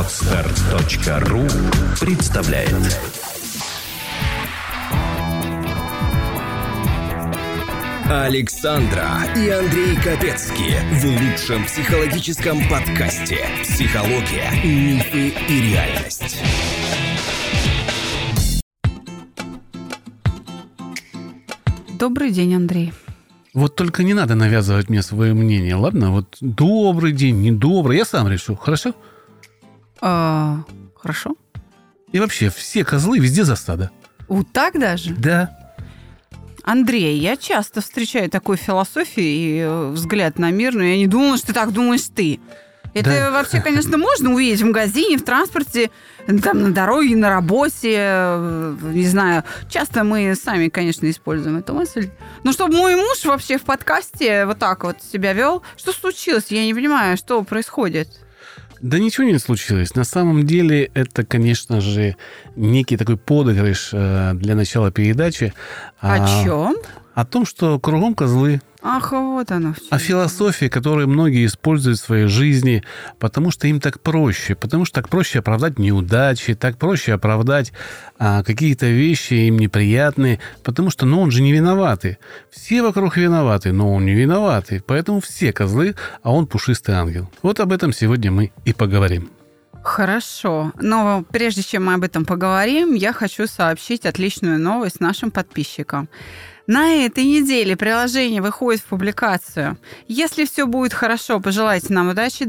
Podster.ru представляет. Александра и Андрей Капецки в лучшем психологическом подкасте «Психология, мифы и реальность». Добрый день, Андрей. Вот только не надо навязывать мне свое мнение, ладно? Вот добрый день, недобрый, я сам решу, хорошо? Хорошо. И вообще, все козлы везде засада. Вот так даже? Да. Андрей, я часто встречаю такую философию и взгляд на мир, но я не думала, что так думаешь ты. Это вообще, конечно, можно увидеть в магазине, в транспорте, там, на дороге, на работе, не знаю. Часто мы сами, конечно, используем эту мысль. Но чтобы мой муж вообще в подкасте вот так вот себя вел, что случилось? Я не понимаю, что происходит. Да ничего не случилось. На самом деле это, конечно же, некий такой подыгрыш для начала передачи. О чем? О том, что кругом козлы. Ах, вот оно. О философии, которую многие используют в своей жизни, потому что им так проще. Потому что так проще оправдать неудачи, так проще оправдать какие-то вещи им неприятные. Потому что, он же не виноватый. Все вокруг виноваты, но он не виноватый. Поэтому все козлы, а он пушистый ангел. Вот об этом сегодня мы и поговорим. Хорошо. Но прежде чем мы об этом поговорим, я хочу сообщить отличную новость нашим подписчикам. На этой неделе приложение выходит в публикацию. Если все будет хорошо, пожелайте нам удачи.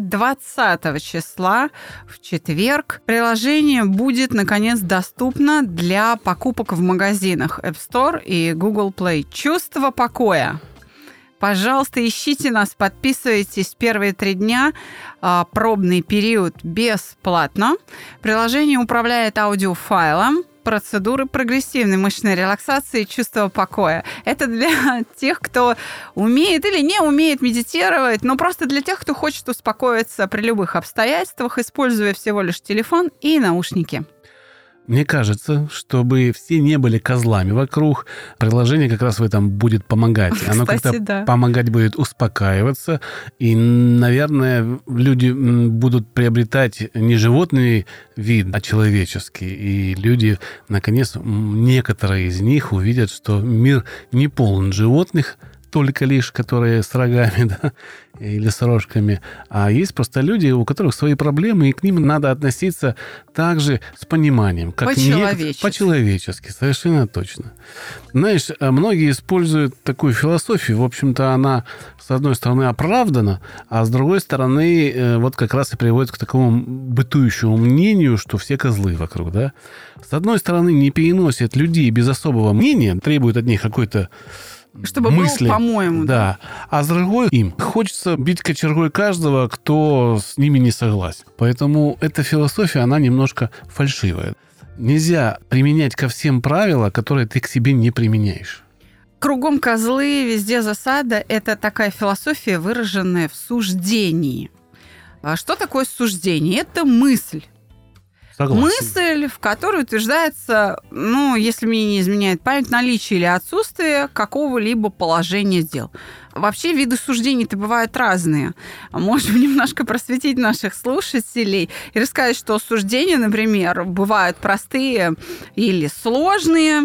20 числа, в четверг, приложение будет, наконец, доступно для покупок в магазинах App Store и Google Play. Чувство покоя. Пожалуйста, ищите нас, подписывайтесь. Первые 3 дня, пробный период бесплатно. Приложение управляет аудиофайлом. Процедуры прогрессивной мышечной релаксации и чувства покоя. Это для тех, кто умеет или не умеет медитировать, но просто для тех, кто хочет успокоиться при любых обстоятельствах, используя всего лишь телефон и наушники. Мне кажется, чтобы все не были козлами вокруг, приложение как раз в этом будет помогать. Оно как-то помогать будет успокаиваться. И, наверное, люди будут приобретать не животный вид, а человеческий. И люди, наконец, некоторые из них увидят, что мир не полон животных, только лишь, которые с рогами, да, или с рожками. А есть просто люди, у которых свои проблемы, и к ним надо относиться также с пониманием. Как по-человечески, совершенно точно. Знаешь, многие используют такую философию. В общем-то, она, с одной стороны, оправдана, а с другой стороны, вот как раз и приводит к такому бытующему мнению, что все козлы вокруг, да. С одной стороны, не переносят людей без особого мнения, требуют от них какой-то чтобы мысли, был, по-моему. Да. А с другой им хочется бить кочергой каждого, кто с ними не согласен. Поэтому эта философия, она немножко фальшивая. Нельзя применять ко всем правила, которые ты к себе не применяешь. Кругом козлы, везде засада – это такая философия, выраженная в суждении. А что такое суждение? Это мысль. Согласен. Мысль, в которой утверждается, если мне не изменяет память, наличие или отсутствие какого-либо положения дел. Вообще виды суждений-то бывают разные. Можем немножко просветить наших слушателей и рассказать, что суждения, например, бывают простые или сложные.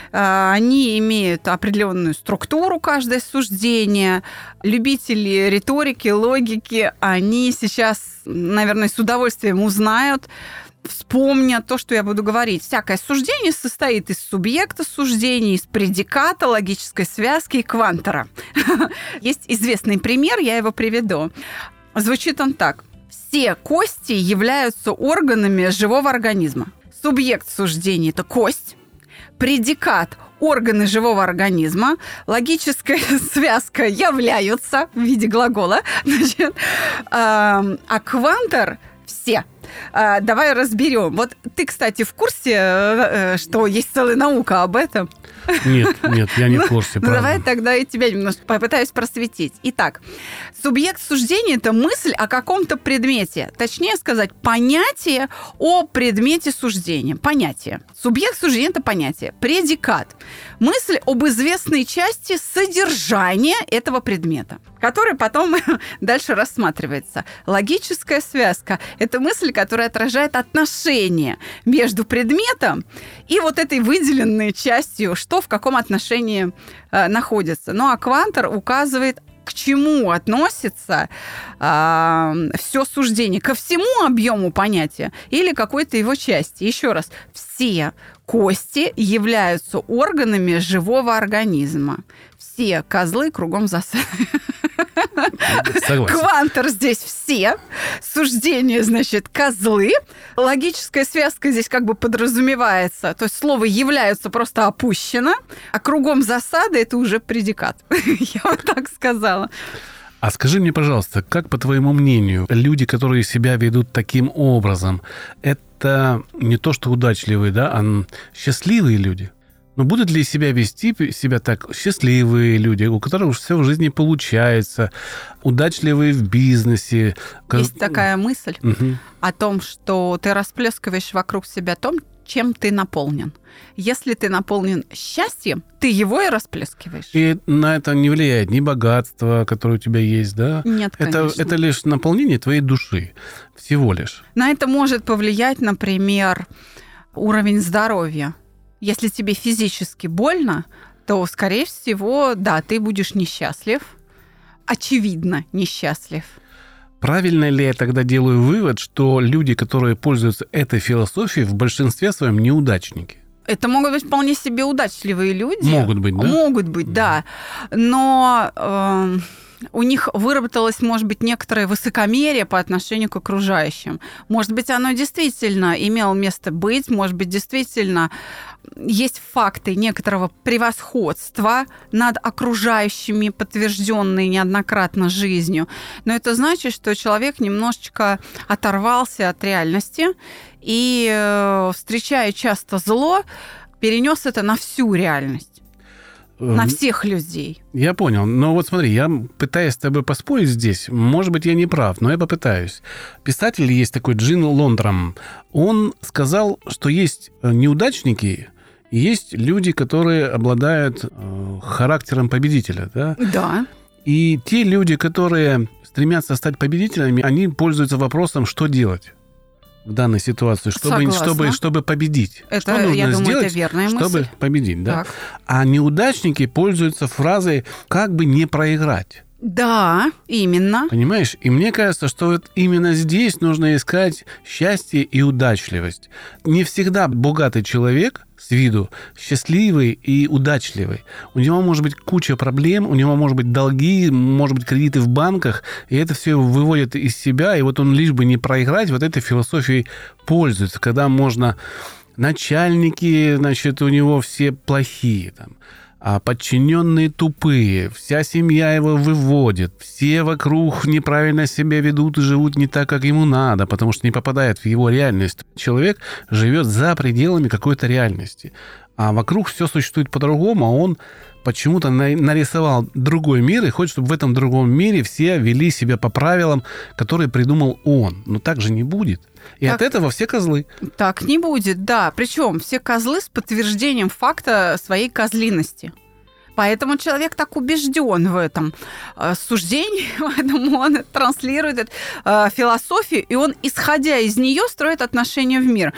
Они имеют определенную структуру, каждое суждение. Любители риторики, логики, они сейчас, наверное, с удовольствием узнают, вспомнят то, что я буду говорить. Всякое суждение состоит из субъекта суждения, из предиката, логической связки и квантора. Есть известный пример, я его приведу. Звучит он так. Все кости являются органами живого организма. Субъект суждения – это кость. Предикат – органы живого организма. Логическая связка являются в виде глагола. Значит, а квантор – все. Давай разберем. Вот ты, кстати, в курсе, что есть целая наука об этом? Нет, я не в курсе. Давай тогда я тебя немножко попытаюсь просветить. Итак, субъект суждения – это мысль о каком-то предмете. Точнее сказать, понятие о предмете суждения. Понятие. Субъект суждения – это понятие. Предикат. мысль об известной части содержания этого предмета, который потом дальше рассматривается. Логическая связка – это мысль, которая отражает отношение между предметом и вот этой выделенной частью, что в каком отношении находится. Ну а Квантер указывает, к чему относится все суждение, ко всему объему понятия или какой-то его части. Еще раз, все кости являются органами живого организма. Все козлы кругом засады. Согласен. Квантер здесь все. Суждение, значит, козлы. Логическая связка здесь как бы подразумевается. То есть слово «являются» просто опущено, а кругом засады – это уже предикат. Я вот так сказала. А скажи мне, пожалуйста, как, по твоему мнению, люди, которые себя ведут таким образом, это не то, что удачливые, да, а счастливые люди? Но будут ли себя так счастливые люди, у которых все в жизни получается, удачливые в бизнесе? Есть такая мысль о том, что ты расплескиваешь вокруг себя том, чем ты наполнен. Если ты наполнен счастьем, ты его и расплескиваешь. И на это не влияет ни богатство, которое у тебя есть, да? Нет, конечно. Это лишь наполнение твоей души, всего лишь. На это может повлиять, например, уровень здоровья. Если тебе физически больно, то, скорее всего, да, ты будешь несчастлив. Очевидно, несчастлив. Правильно ли я тогда делаю вывод, что люди, которые пользуются этой философией, в большинстве своем неудачники? Это могут быть вполне себе удачливые люди. Могут быть, да? Могут быть, да. Но у них выработалось, может быть, некоторое высокомерие по отношению к окружающим. Может быть, оно действительно имело место быть, может быть, действительно есть факты некоторого превосходства над окружающими, подтвержденные неоднократно жизнью. Но это значит, что человек немножечко оторвался от реальности и, встречая часто зло, перенес это на всю реальность. На всех людей. Я понял. Но вот смотри, я пытаюсь с тобой поспорить здесь. Может быть, я не прав, но я попытаюсь. Писатель есть такой Джин Лондрам. Он сказал, что есть неудачники, и есть люди, которые обладают характером победителя. Да? Да. И те люди, которые стремятся стать победителями, они пользуются вопросом, что делать в данной ситуации, чтобы победить. Это, что нужно я думаю, сделать, это верная мысль. чтобы победить, да? Так. А неудачники пользуются фразой «как бы не проиграть». Да, именно. Понимаешь? И мне кажется, что вот именно здесь нужно искать счастье и удачливость. Не всегда богатый человек с виду счастливый и удачливый. У него может быть куча проблем, у него может быть долги, может быть кредиты в банках, и это все выводит из себя, и вот он лишь бы не проиграть, вот этой философией пользуется, когда можно... Начальники, значит, у него все плохие, там, а подчиненные тупые, вся семья его выводит, все вокруг неправильно себя ведут и живут не так, как ему надо, потому что не попадает в его реальность. Человек живет за пределами какой-то реальности, а вокруг все существует по-другому, а он почему-то нарисовал другой мир и хочет, чтобы в этом другом мире все вели себя по правилам, которые придумал он. Но так же не будет. И так, от этого все козлы. Так не будет, да. Причем все козлы с подтверждением факта своей козлиности. Поэтому человек так убежден в этом суждении, поэтому он транслирует философию, и он, исходя из нее, строит отношения в мир.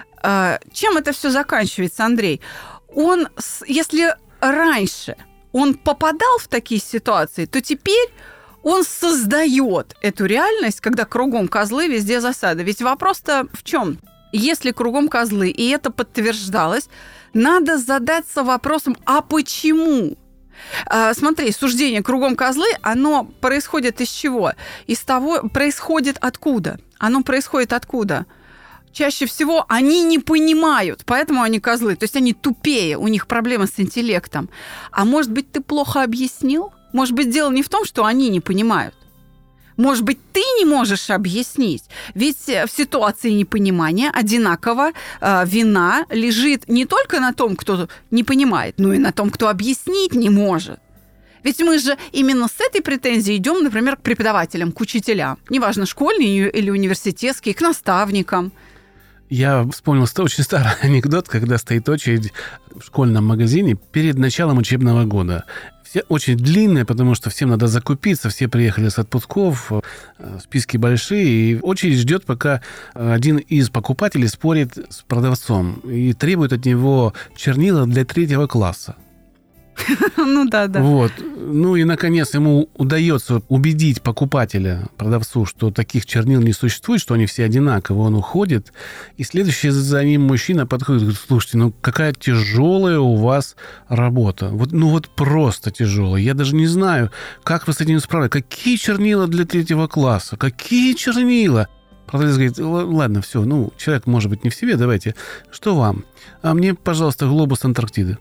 Чем это все заканчивается, Андрей? Он, если раньше он попадал в такие ситуации, то теперь он создает эту реальность, когда кругом козлы, везде засада. Ведь вопрос-то в чем? Если кругом козлы, и это подтверждалось, надо задаться вопросом, а почему? Смотри, суждение кругом козлы, оно происходит из чего? Из того, происходит откуда? Оно происходит откуда? Чаще всего они не понимают, поэтому они козлы. То есть они тупее, у них проблемы с интеллектом. А может быть, ты плохо объяснил? Может быть, дело не в том, что они не понимают. Может быть, ты не можешь объяснить. Ведь в ситуации непонимания одинаково вина лежит не только на том, кто не понимает, но и на том, кто объяснить не может. Ведь мы же именно с этой претензией идем, например, к преподавателям, к учителям. Неважно, школьные или университетские, к наставникам. Я вспомнил очень старый анекдот, когда стоит очередь в школьном магазине перед началом учебного года. Все очень длинные, потому что всем надо закупиться, все приехали с отпусков, списки большие, и очередь ждет, пока один из покупателей спорит с продавцом и требует от него чернила для 3 класса. Ну да. Вот. Ну и, наконец, ему удается убедить покупателя, продавцу, что таких чернил не существует, что они все одинаковые. Он уходит, и следующий за ним мужчина подходит и говорит: слушайте, ну какая тяжелая у вас работа. Вот просто тяжелая. Я даже не знаю, как вы с этим справляетесь. Какие чернила для 3 класса? Какие чернила? Продавец говорит: ладно, все, человек может быть не в себе, давайте. Что вам? А мне, пожалуйста, глобус Антарктиды.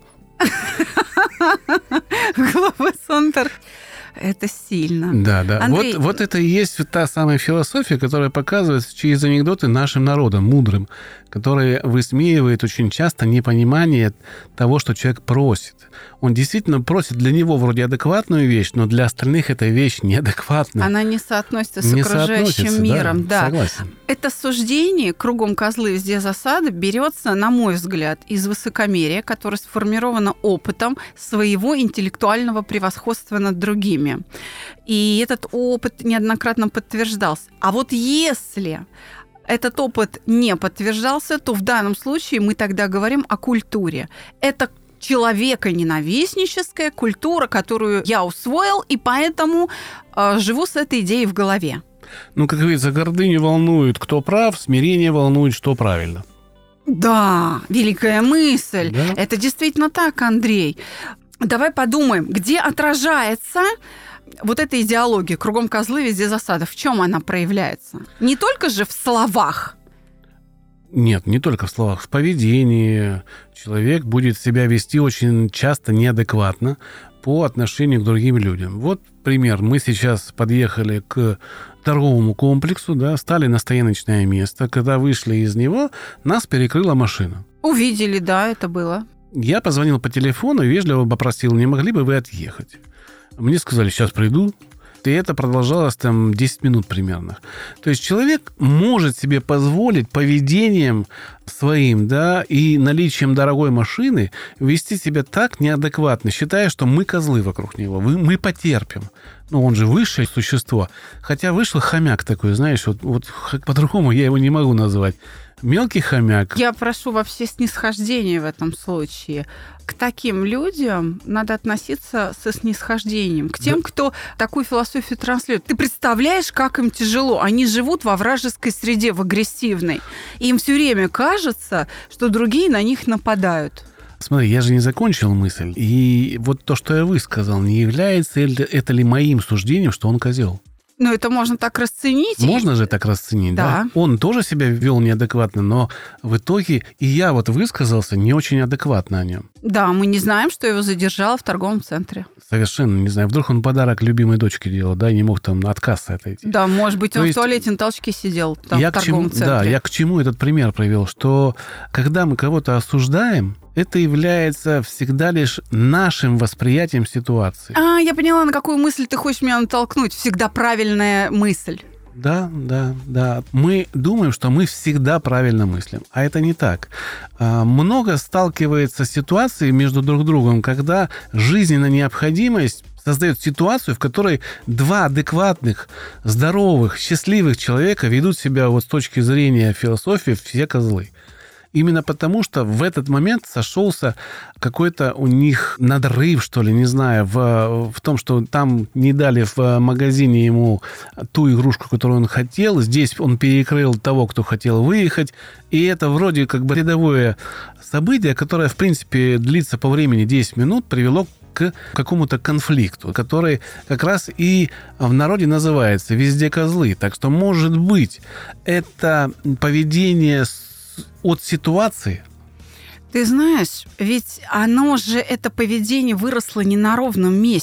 Глобус Антарктиды. Это сильно. Да. Андрей... Вот это и есть та самая философия, которая показывается через анекдоты нашим народам, мудрым, которые высмеивают очень часто непонимание того, что человек просит. Он действительно просит для него вроде адекватную вещь, но для остальных эта вещь неадекватна. Она не соотносится с окружающим миром. Да. Согласен. Это суждение «кругом козлы, везде засады» берется, на мой взгляд, из высокомерия, которое сформировано опытом своего интеллектуального превосходства над другими. И этот опыт неоднократно подтверждался. А вот если этот опыт не подтверждался, то в данном случае мы тогда говорим о культуре. Это человеконенавистническая культура, которую я усвоил, и поэтому живу с этой идеей в голове. Как говорится, гордыню волнует, кто прав, смирение волнует, что правильно. Да, великая мысль. Да? Это действительно так, Андрей. Давай подумаем, где отражается вот эта идеология «кругом козлы, везде засада». В чем она проявляется? Не только же в словах. Нет, не только в словах. В поведении. Человек будет себя вести очень часто неадекватно по отношению к другим людям. Вот пример. Мы сейчас подъехали к торговому комплексу, стали на стояночное место. Когда вышли из него, нас перекрыла машина. Увидели, да, это было. Я позвонил по телефону и вежливо попросил: не могли бы вы отъехать? Мне сказали: сейчас приду. И это продолжалось 10 минут примерно. То есть человек может себе позволить поведением своим, и наличием дорогой машины вести себя так неадекватно, считая, что мы козлы вокруг него, мы потерпим. Он же высшее существо. Хотя вышел хомяк такой, знаешь, вот по-другому я его не могу назвать. Мелкий хомяк. Я прошу вообще снисхождения в этом случае. К таким людям надо относиться со снисхождением. К тем, кто такую философию транслирует. Ты представляешь, как им тяжело? Они живут во вражеской среде, в агрессивной. И им все время кажется, что другие на них нападают. Смотри, я же не закончил мысль. И вот то, что я высказал, не является это ли моим суждением, что он козел? Это можно так расценить. Можно же так расценить, да? Он тоже себя вел неадекватно, но в итоге и я высказался не очень адекватно о нем. Да, мы не знаем, что его задержало в торговом центре. Совершенно не знаю. Вдруг он подарок любимой дочке делал, и не мог от кассы отойти. Да, может быть, он в туалете на толчке сидел в торговом центре. Да, я к чему этот пример привел, что когда мы кого-то осуждаем, это является всегда лишь нашим восприятием ситуации. Я поняла, на какую мысль ты хочешь меня натолкнуть. Всегда правильная мысль. Да. Мы думаем, что мы всегда правильно мыслим, а это не так. Много сталкивается ситуаций между друг другом, когда жизненная необходимость создает ситуацию, в которой два адекватных, здоровых, счастливых человека ведут себя с точки зрения философии все козлы. Именно потому, что в этот момент сошелся какой-то у них надрыв, что ли, не знаю, в том, что там не дали в магазине ему ту игрушку, которую он хотел. Здесь он перекрыл того, кто хотел выехать. И это вроде как бы рядовое событие, которое, в принципе, длится по времени 10 минут, привело к какому-то конфликту, который как раз и в народе называется «везде козлы». Так что, может быть, это поведение от ситуации. Ты знаешь, ведь это поведение выросло не на ровном месте.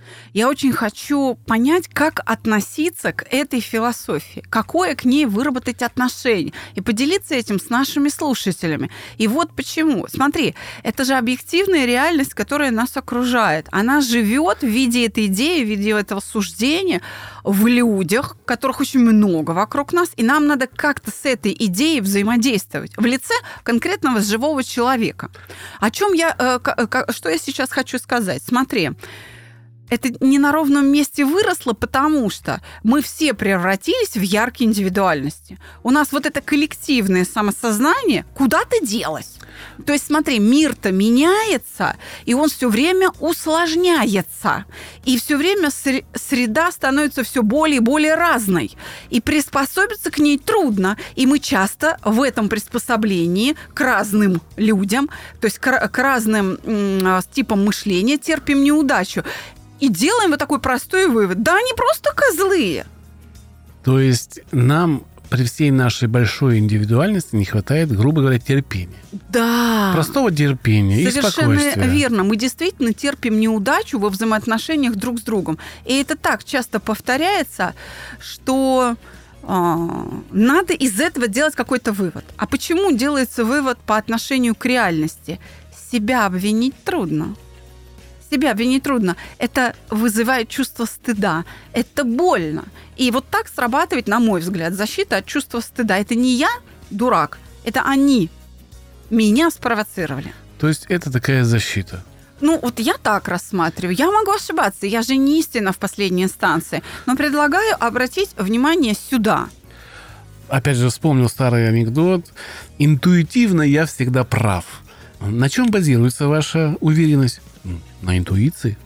Я очень хочу понять, как относиться к этой философии, какое к ней выработать отношение, и поделиться этим с нашими слушателями. И вот почему. Смотри, это же объективная реальность, которая нас окружает. Она живет в виде этой идеи, в виде этого суждения в людях, которых очень много вокруг нас, и нам надо как-то с этой идеей взаимодействовать в лице конкретного живого человека. Что я сейчас хочу сказать? Смотри, это не на ровном месте выросло, потому что мы все превратились в яркие индивидуальности. У нас вот это коллективное самосознание куда-то делось. То есть, смотри, мир-то меняется, и он все время усложняется. И все время среда становится все более и более разной. И приспособиться к ней трудно. И мы часто в этом приспособлении к разным людям, то есть к разным типам мышления терпим неудачу. И делаем вот такой простой вывод. Да, они просто козлы. То есть нам при всей нашей большой индивидуальности не хватает, грубо говоря, терпения. Да. Простого терпения и спокойствия. Совершенно верно. Мы действительно терпим неудачу во взаимоотношениях друг с другом. И это так часто повторяется, что надо из этого делать какой-то вывод. А почему делается вывод по отношению к реальности? Себя обвинить трудно. Себя обвинить трудно. Это вызывает чувство стыда. Это больно. И вот так срабатывает, на мой взгляд, защита от чувства стыда. Это не я, дурак, это они меня спровоцировали. То есть это такая защита? Ну, вот я так рассматриваю. Я могу ошибаться, я же не истина в последней инстанции. Но предлагаю обратить внимание сюда. Опять же, вспомнил старый анекдот. Интуитивно я всегда прав. На чем базируется ваша уверенность? На интуиции.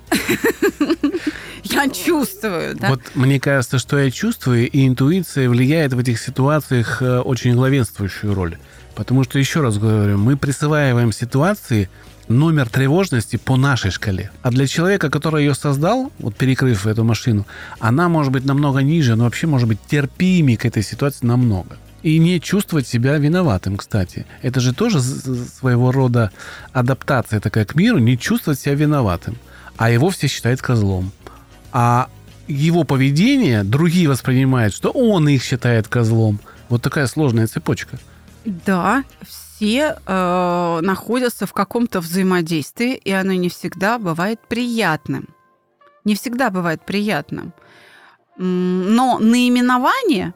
Я чувствую, да? Вот мне кажется, что я чувствую, и интуиция влияет в этих ситуациях очень главенствующую роль. Потому что, еще раз говорю, мы присваиваем ситуации номер тревожности по нашей шкале. А для человека, который ее создал, вот перекрыв эту машину, она может быть намного ниже, но вообще может быть терпимее к этой ситуации намного. И не чувствовать себя виноватым, кстати. Это же тоже своего рода адаптация такая к миру, не чувствовать себя виноватым. А его все считают козлом. А его поведение другие воспринимают, что он их считает козлом. Вот такая сложная цепочка. Да, все находятся в каком-то взаимодействии, и оно не всегда бывает приятным. Не всегда бывает приятным. Но наименование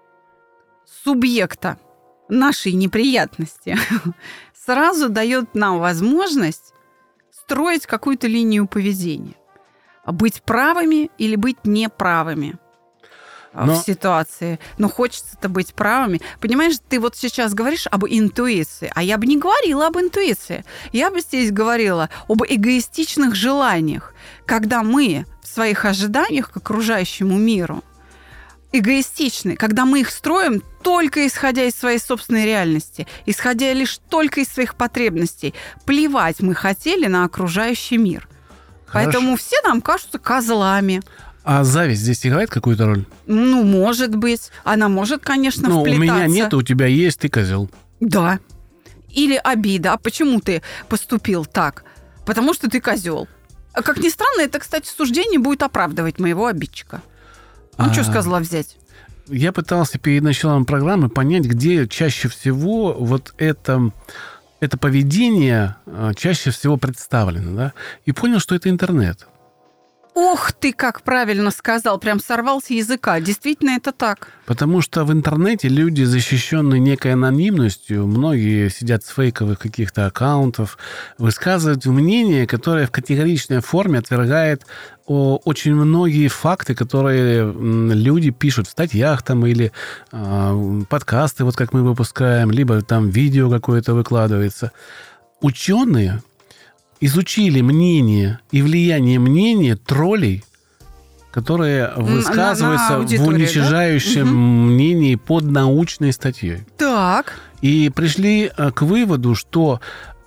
субъекта нашей неприятности сразу дает нам возможность строить какую-то линию поведения. Быть правыми или быть неправыми в ситуации. Но хочется-то быть правыми. Понимаешь, ты вот сейчас говоришь об интуиции, а я бы не говорила об интуиции. Я бы здесь говорила об эгоистичных желаниях, когда мы в своих ожиданиях к окружающему миру эгоистичны, когда мы их строим только исходя из своей собственной реальности, исходя лишь только из своих потребностей. Плевать мы хотели на окружающий мир. Хорошо. Поэтому все нам кажутся козлами. А зависть здесь играет какую-то роль? Ну, может быть. Она может, конечно, вплетаться. У меня нет, у тебя есть, ты козел. Да. Или обида. А почему ты поступил так? Потому что ты козел. А как ни странно, это, кстати, суждение будет оправдывать моего обидчика. Ну, что с козла взять? Я пытался перед началом программы понять, где чаще всего вот это поведение чаще всего представлено, да? И понял, что это интернет. Ох ты, как правильно сказал, прям сорвался с языка. Действительно, это так. Потому что в интернете люди, защищенные некой анонимностью, многие сидят с фейковых каких-то аккаунтов, высказывают мнение, которое в категоричной форме отвергает очень многие факты, которые люди пишут в статьях там или подкасты, вот как мы выпускаем, либо там видео какое-то выкладывается. Ученые изучили мнение и влияние мнения троллей, которые высказываются в уничижающем мнении под научной статьей. Так. И пришли к выводу, что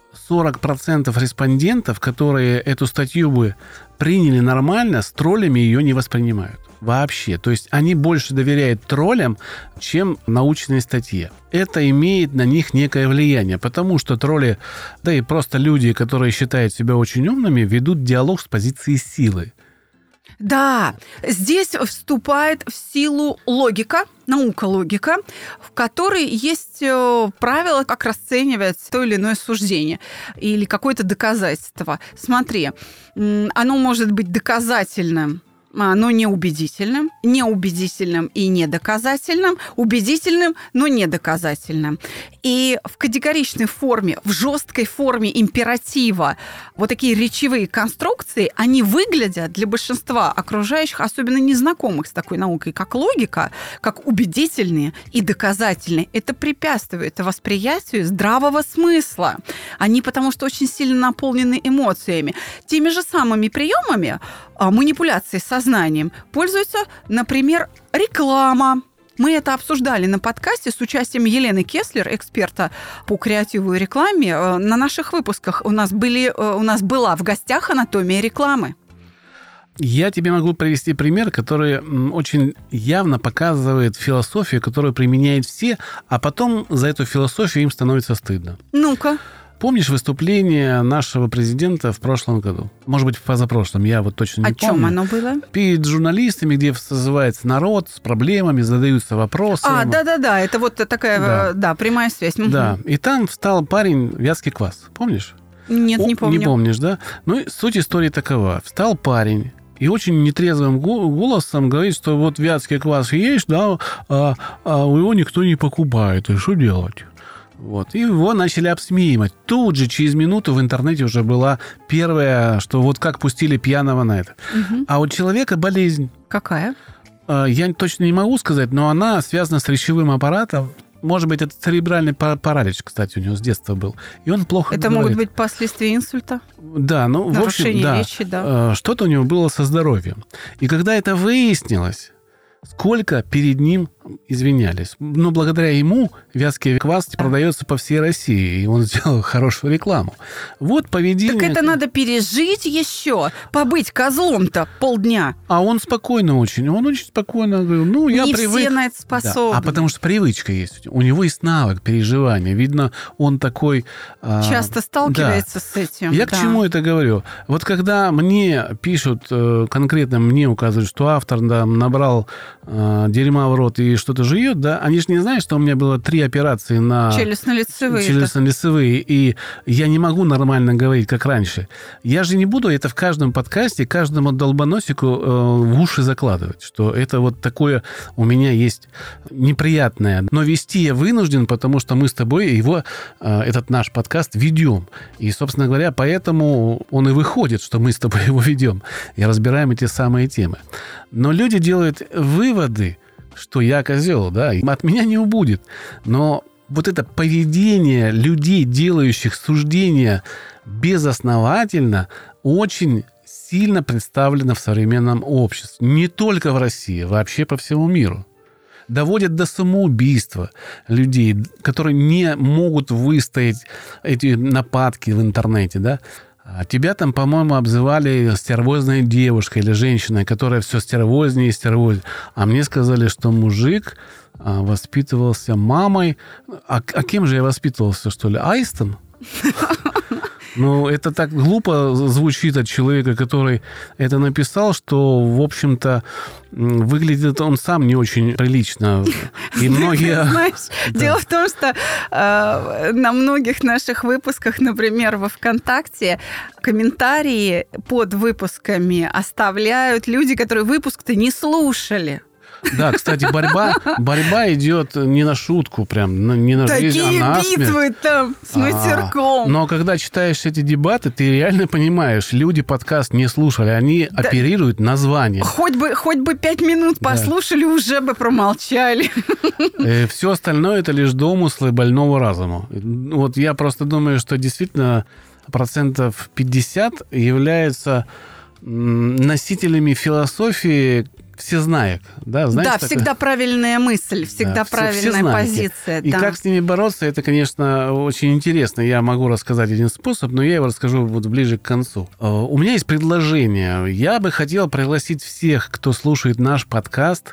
40% респондентов, которые эту статью бы приняли нормально, с троллями ее не воспринимают. Вообще. То есть они больше доверяют троллям, чем научной статье. Это имеет на них некое влияние, потому что тролли, да и просто люди, которые считают себя очень умными, ведут диалог с позиции силы. Да, здесь вступает в силу логика, наука-логика, в которой есть правила, как расценивается то или иное суждение или какое-то доказательство. Смотри, оно может быть доказательным, но неубедительным, неубедительным и недоказательным, убедительным, но недоказательным. И в категоричной форме, в жесткой форме императива вот такие речевые конструкции, они выглядят для большинства окружающих, особенно незнакомых с такой наукой, как логика, как убедительные и доказательные. Это препятствует восприятию здравого смысла. Они потому что очень сильно наполнены эмоциями. Теми же самыми приемами манипуляции сознанием пользуется, например, реклама. Мы это обсуждали на подкасте с участием Елены Кеслер, эксперта по креативу и рекламе. На наших выпусках у нас была в гостях анатомия рекламы. Я тебе могу привести пример, который очень явно показывает философию, которую применяют все, а потом за эту философию им становится стыдно. Ну-ка. Помнишь выступление нашего президента в прошлом году? Может быть, в позапрошлом, я вот точно не помню. О чем оно было? Перед журналистами, где созывается народ с проблемами, задаются вопросы. Да-да-да, это вот такая, прямая связь. Да, и там встал парень Вятский квас, помнишь? Нет, не помню. Не помнишь, да? Ну, суть истории такова. Встал парень и очень нетрезвым голосом говорит, что вот Вятский квас есть, да, а его никто не покупает, и что делать? Вот. И его начали обсмеивать. Тут же, через минуту, в интернете уже была первая, что вот как пустили пьяного на это. Угу. А у человека болезнь. Какая? Я точно не могу сказать, но она связана с речевым аппаратом. Может быть, это церебральный паралич, кстати, у него с детства был. И он плохо говорит. Это могут быть последствия инсульта? Да, ну, в общем, да. Речи, да. Что-то у него было со здоровьем. И когда это выяснилось, сколько перед ним извинялись. Но благодаря ему Вятский квас продается по всей России, и он сделал хорошую рекламу. Вот поведение... Так это надо пережить еще, побыть козлом-то полдня. А он спокойно очень. Он очень спокойно говорил, я привык. Не все на это способны. Да, а потому что привычка есть. У него есть навык переживания. Видно, он такой... Часто сталкивается с этим. Я к чему это говорю? Вот когда мне пишут, конкретно мне указывают, что автор набрал дерьма в рот и что-то жует, да, они же не знают, что у меня было 3 операции на... Челюстно-лицевые. И я не могу нормально говорить, как раньше. Я же не буду это в каждом подкасте, каждому долбоносику в уши закладывать, что это вот такое у меня есть неприятное. Но вести я вынужден, потому что мы с тобой его, этот наш подкаст, ведем. И, собственно говоря, поэтому он и выходит, что мы с тобой его ведем и разбираем эти самые темы. Но люди делают выводы, что я козел, да, от меня не убудет. Но вот это поведение людей, делающих суждения безосновательно, очень сильно представлено в современном обществе. Не только в России, вообще по всему миру. Доводят до самоубийства людей, которые не могут выстоять эти нападки в интернете, да. А тебя там, по-моему, обзывали стервозной девушкой или женщиной, которая все стервознее и стервознее. А мне сказали, что мужик воспитывался мамой. А кем же я воспитывался, что ли? Аистом? Ну, это так глупо звучит от человека, который это написал, что, в общем-то, выглядит он сам не очень прилично. И многие... Знаешь, дело в том, что на многих наших выпусках, например, во ВКонтакте, комментарии под выпусками оставляют люди, которые выпуск-то не слушали. Да, кстати, борьба идет не на шутку, прям не на жизнь, а на смерть. Такие битвы там с матерком. Но когда читаешь эти дебаты, ты реально понимаешь, люди подкаст не слушали, они оперируют названием. Хоть бы 5 минут послушали, уже бы промолчали. Все остальное это лишь домыслы больного разума. Вот я просто думаю, что действительно 50% являются носителями философии всезнаек. Да, знаете, да, всегда правильная мысль, всегда правильная позиция. И как с ними бороться, это, конечно, очень интересно. Я могу рассказать один способ, но я его расскажу вот ближе к концу. У меня есть предложение. Я бы хотел пригласить всех, кто слушает наш подкаст,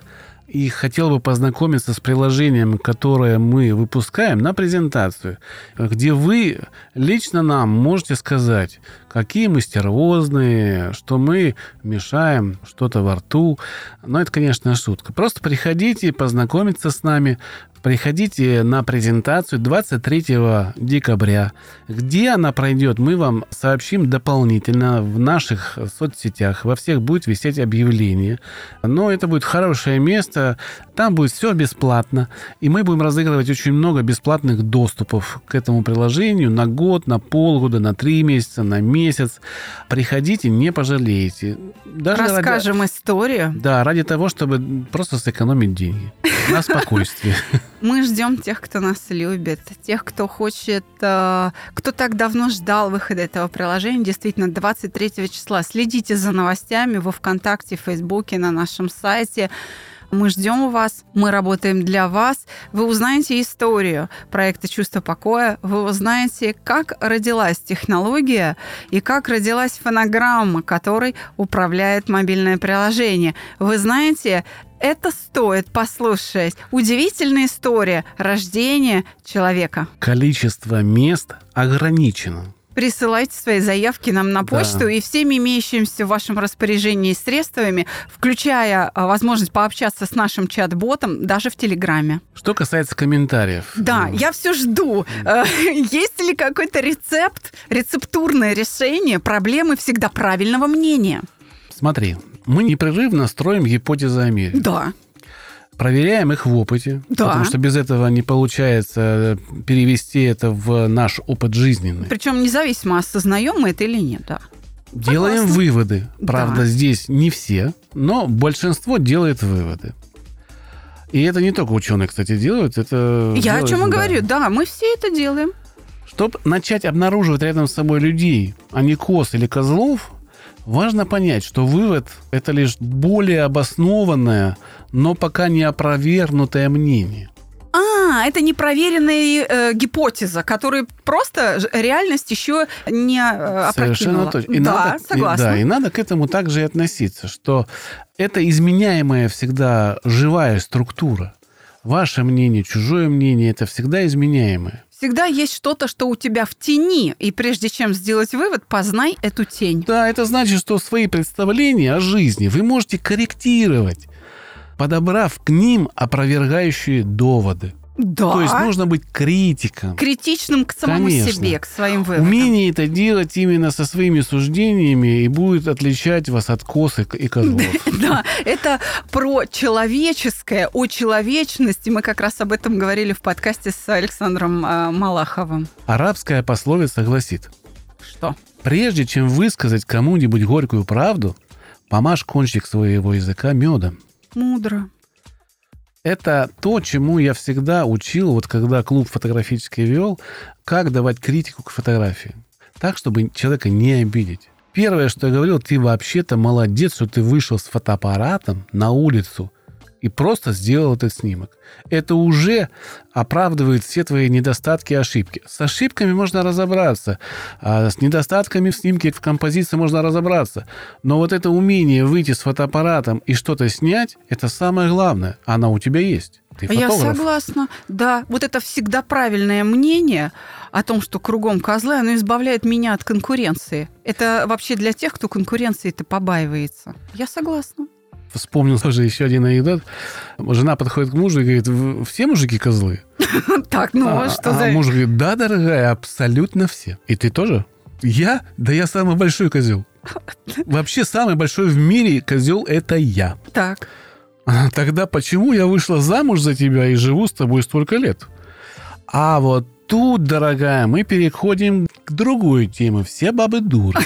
и хотел бы познакомиться с приложением, которое мы выпускаем на презентацию, где вы лично нам можете сказать, какие мы стервозные, что мы мешаем что-то во рту. Но это, конечно, шутка. Просто приходите познакомиться с нами. Приходите на презентацию 23 декабря. Где она пройдет, мы вам сообщим дополнительно в наших соцсетях. Во всех будет висеть объявление. Но это будет хорошее место. Там будет все бесплатно. И мы будем разыгрывать очень много бесплатных доступов к этому приложению на год, на полгода, на 3 месяца, на месяц. Приходите, не пожалеете. Даже расскажем историю. Да, ради того, чтобы просто сэкономить деньги. На спокойствие. Мы ждем тех, кто нас любит, тех, кто хочет, кто так давно ждал выхода этого приложения. Действительно, 23 числа. Следите за новостями во ВКонтакте, в Фейсбуке, на нашем сайте. Мы ждем вас, мы работаем для вас. Вы узнаете историю проекта «Чувство покоя», вы узнаете, как родилась технология и как родилась фонограмма, которой управляет мобильное приложение. Вы знаете, это стоит послушать. Удивительная история рождения человека. Количество мест ограничено. Присылайте свои заявки нам на почту, да. И всеми имеющимися в вашем распоряжении средствами, включая возможность пообщаться с нашим чат-ботом, даже в Телеграме. Что касается комментариев. Да, я все жду. Есть ли какой-то рецептурное решение проблемы всегда правильного мнения? Смотри, мы непрерывно строим гипотезы о мире. Да. Проверяем их в опыте, да. Потому что без этого не получается перевести это в наш опыт жизненный. Причем независимо, осознаем мы это или нет, да. Делаем Согласна. выводы. Правда, да. Здесь не все, но большинство делает выводы. И это не только ученые, кстати, делают. Это я о чем и говорю, да, мы все это делаем. Чтобы начать обнаруживать рядом с собой людей, а не коз или козлов, важно понять, что вывод – это лишь более обоснованное, но пока не опровергнутое мнение. Это непроверенная гипотеза, которая просто реальность еще не опрокинула. Совершенно точно. Согласна. И надо к этому также и относиться, что это изменяемая всегда живая структура. Ваше мнение, чужое мнение – это всегда изменяемое. Всегда есть что-то, что у тебя в тени, и прежде чем сделать вывод, познай эту тень. Да, это значит, что свои представления о жизни вы можете корректировать, подобрав к ним опровергающие доводы. Да. То есть нужно быть критиком. Критичным к самому себе, к своим выводам. Умение это делать именно со своими суждениями и будет отличать вас от коз и козлов. Да, это про человеческое, о человечности. Мы как раз об этом говорили в подкасте с Александром Малаховым. Арабская пословица гласит: что? Прежде чем высказать кому-нибудь горькую правду, помажь кончик своего языка медом. Мудро. Это то, чему я всегда учил, вот когда клуб фотографический вел, как давать критику к фотографии. Так, чтобы человека не обидеть. Первое, что я говорил, ты вообще-то молодец, что ты вышел с фотоаппаратом на улицу и просто сделал этот снимок. Это уже оправдывает все твои недостатки и ошибки. С ошибками можно разобраться, а с недостатками в снимке, в композиции можно разобраться. Но вот это умение выйти с фотоаппаратом и что-то снять, это самое главное. Оно у тебя есть. Ты фотограф. Я согласна. Да, вот это всегда правильное мнение о том, что кругом козлы, оно избавляет меня от конкуренции. Это вообще для тех, кто конкуренции-то побаивается. Я согласна. Вспомнил тоже еще один анекдот. Жена подходит к мужу и говорит: все мужики козлы? Так, ну что за... А муж говорит: да, дорогая, абсолютно все. И ты тоже? Я? Да я самый большой козел. Вообще самый большой в мире козел – это я. Так. Тогда почему я вышла замуж за тебя и живу с тобой столько лет? А вот тут, дорогая, мы переходим к другой теме. Все бабы дуры.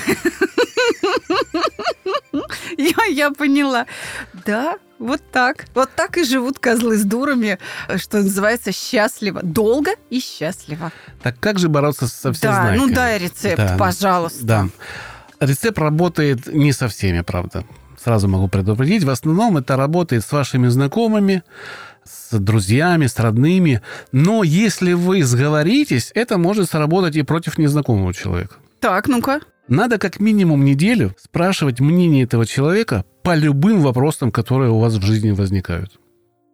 Я поняла. Да, вот так. Вот так и живут козлы с дурами, что называется, счастливо. Долго и счастливо. Так как же бороться со всезнайкой? Да, ну дай рецепт, пожалуйста. Да. Рецепт работает не со всеми, правда. Сразу могу предупредить. В основном это работает с вашими знакомыми, с друзьями, с родными. Но если вы сговоритесь, это может сработать и против незнакомого человека. Так, ну-ка. Надо как минимум неделю спрашивать мнение этого человека по любым вопросам, которые у вас в жизни возникают.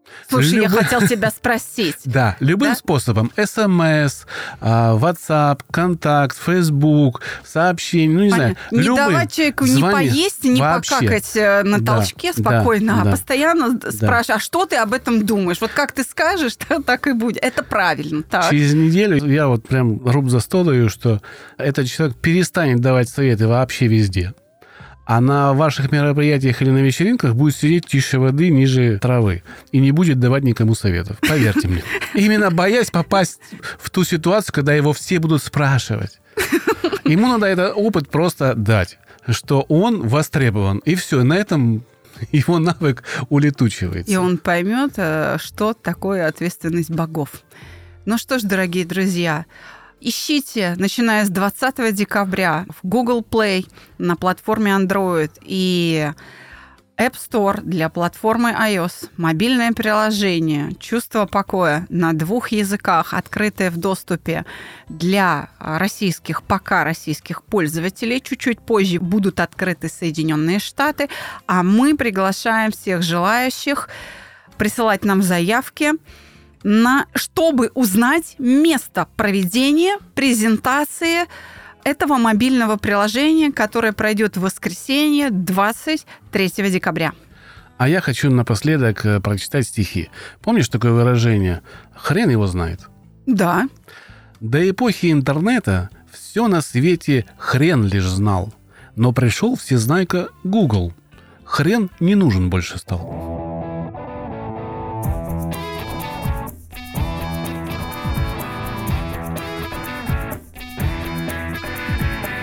Слушай, я хотел тебя спросить. Да, любым способом. СМС, WhatsApp, контакт, Facebook, сообщение, не знаю. Не давать человеку не поесть, не покакать на толчке спокойно, а постоянно спрашивать, а что ты об этом думаешь? Вот как ты скажешь, так и будет. Это правильно. Так. Через неделю я вот прям руб за стол даю, что этот человек перестанет давать советы вообще везде. А на ваших мероприятиях или на вечеринках будет сидеть тише воды, ниже травы. И не будет давать никому советов. Поверьте мне. Именно боясь попасть в ту ситуацию, когда его все будут спрашивать. Ему надо этот опыт просто дать, что он востребован. И все, на этом его навык улетучивается. И он поймет, что такое ответственность богов. Ну что ж, дорогие друзья, ищите, начиная с 20 декабря в Google Play на платформе Android и App Store для платформы iOS мобильное приложение «Чувство покоя» на 2 языках, открытое в доступе для пока российских пользователей. Чуть-чуть позже будут открыты Соединенные Штаты, а мы приглашаем всех желающих присылать нам заявки, чтобы узнать место проведения презентации этого мобильного приложения, которое пройдет в воскресенье 23 декабря. А я хочу напоследок прочитать стихи. Помнишь такое выражение? Хрен его знает. Да. До эпохи интернета все на свете хрен лишь знал. Но пришел всезнайка Google. Хрен не нужен больше стал.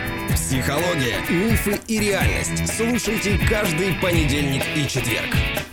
Психология, мифы и реальность. Слушайте каждый понедельник и четверг.